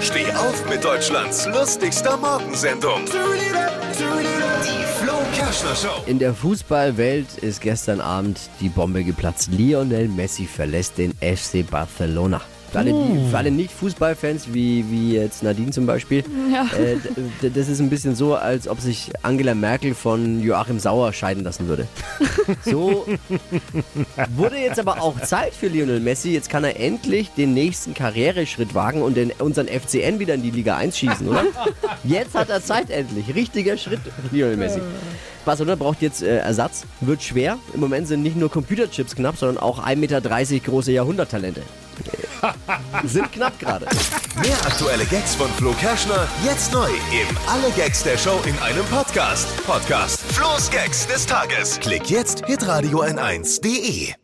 Steh auf mit Deutschlands lustigster Morgensendung. Die Flo Kerschner Show. In der Fußballwelt ist gestern Abend die Bombe geplatzt. Lionel Messi verlässt den FC Barcelona. Für alle Nicht-Fußballfans, wie jetzt Nadine zum Beispiel, das ist ein bisschen so, als ob sich Angela Merkel von Joachim Sauer scheiden lassen würde. So wurde jetzt aber auch Zeit für Lionel Messi. Jetzt kann er endlich den nächsten Karriereschritt wagen und unseren FCN wieder in die Liga 1 schießen, oder? Jetzt hat er Zeit endlich. Richtiger Schritt, Lionel Messi. Barcelona braucht jetzt Ersatz, wird schwer. Im Moment sind nicht nur Computerchips knapp, sondern auch 1,30 Meter große Jahrhunderttalente. Sind knapp gerade. Mehr aktuelle Gags von Flo Kerschner jetzt neu im Alle Gags der Show in einem Podcast. Podcast Flo's Gags des Tages. Klick jetzt hitradio n1.de.